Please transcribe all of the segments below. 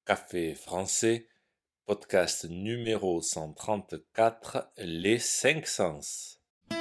Café français, podcast numéro 134, les cinq sens.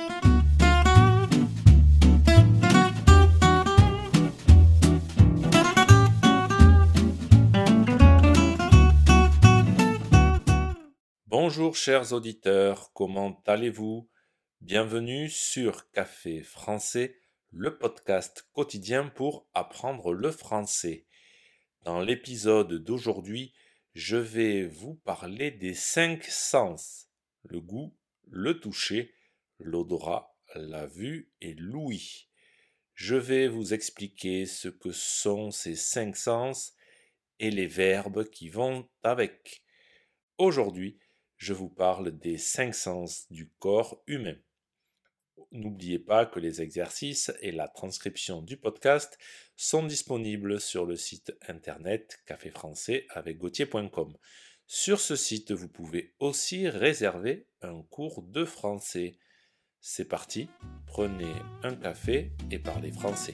Bonjour chers auditeurs, comment allez-vous? Bienvenue sur Café français, le podcast quotidien pour apprendre le français. Dans l'épisode d'aujourd'hui, je vais vous parler des cinq sens: le goût, le toucher, l'odorat, la vue et l'ouïe. Je vais vous expliquer ce que sont ces cinq sens et les verbes qui vont avec. Aujourd'hui, je vous parle des cinq sens du corps humain. N'oubliez pas que les exercices et la transcription du podcast sont disponibles sur le site internet caféfrançais-avec-gautier.com. Sur ce site, vous pouvez aussi réserver un cours de français. C'est parti, prenez un café et parlez français.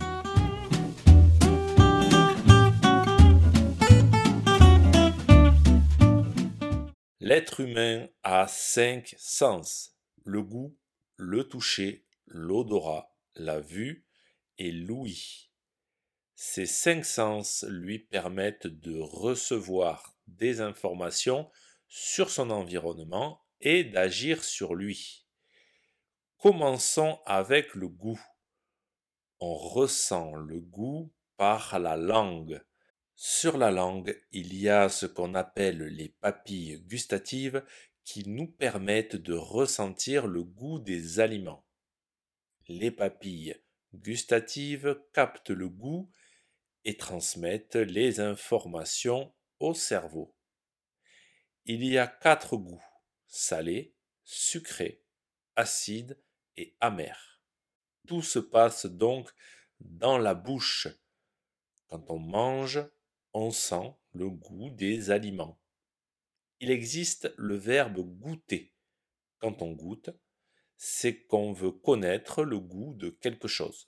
L'être humain a cinq sens: le goût, le toucher, l'odorat, la vue et l'ouïe. Ces cinq sens lui permettent de recevoir des informations sur son environnement et d'agir sur lui. Commençons avec le goût. On ressent le goût par la langue. Sur la langue, il y a ce qu'on appelle les papilles gustatives qui nous permettent de ressentir le goût des aliments. Les papilles gustatives captent le goût et transmettent les informations au cerveau. Il y a 4 goûts: salé, sucré, acide et amer. Tout se passe donc dans la bouche. Quand on mange, on sent le goût des aliments. Il existe le verbe goûter. Quand on goûte, c'est qu'on veut connaître le goût de quelque chose.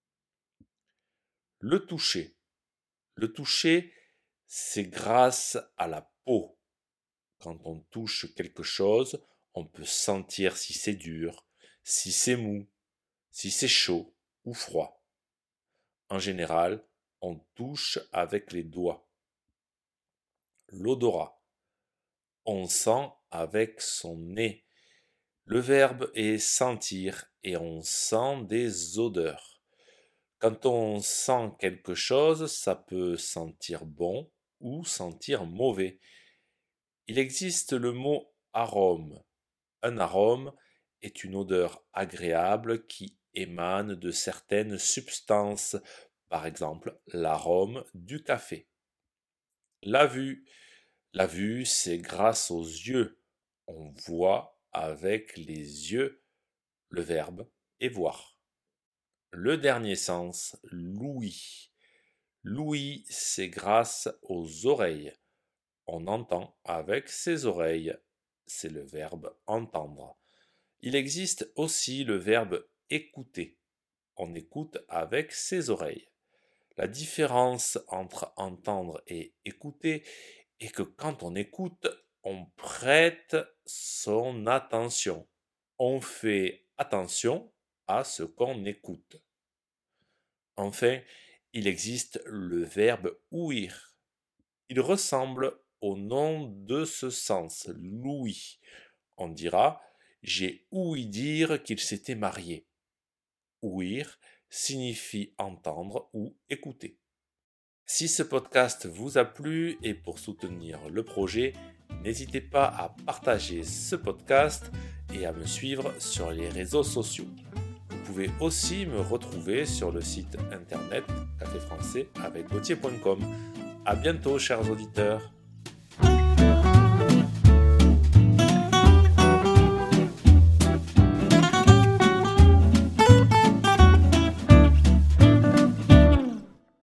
Le toucher. Le toucher, c'est grâce à la peau. Quand on touche quelque chose, on peut sentir si c'est dur, si c'est mou, si c'est chaud ou froid. En général, on touche avec les doigts. L'odorat. On sent avec son nez. Le verbe est sentir et on sent des odeurs. Quand on sent quelque chose, ça peut sentir bon ou sentir mauvais. Il existe le mot arôme. Un arôme est une odeur agréable qui émane de certaines substances, par exemple l'arôme du café. La vue. La vue, c'est grâce aux yeux. On voit avec les yeux. Le verbe est voir. Le dernier sens, l'ouïe. L'ouïe, c'est grâce aux oreilles. On entend avec ses oreilles. C'est le verbe entendre. Il existe aussi le verbe écouter. On écoute avec ses oreilles. La différence entre entendre et écouter est que quand on écoute, on prête son attention. On fait attention à ce qu'on écoute. Enfin, il existe le verbe ouïr. Il ressemble au nom de ce sens, l'ouïe. On dira: j'ai ouï dire qu'il s'était marié. Ouïr signifie entendre ou écouter. Si ce podcast vous a plu et pour soutenir le projet, n'hésitez pas à partager ce podcast et à me suivre sur les réseaux sociaux. Vous pouvez aussi me retrouver sur le site internet caféfrançais-avec-gautier.com. À bientôt chers auditeurs.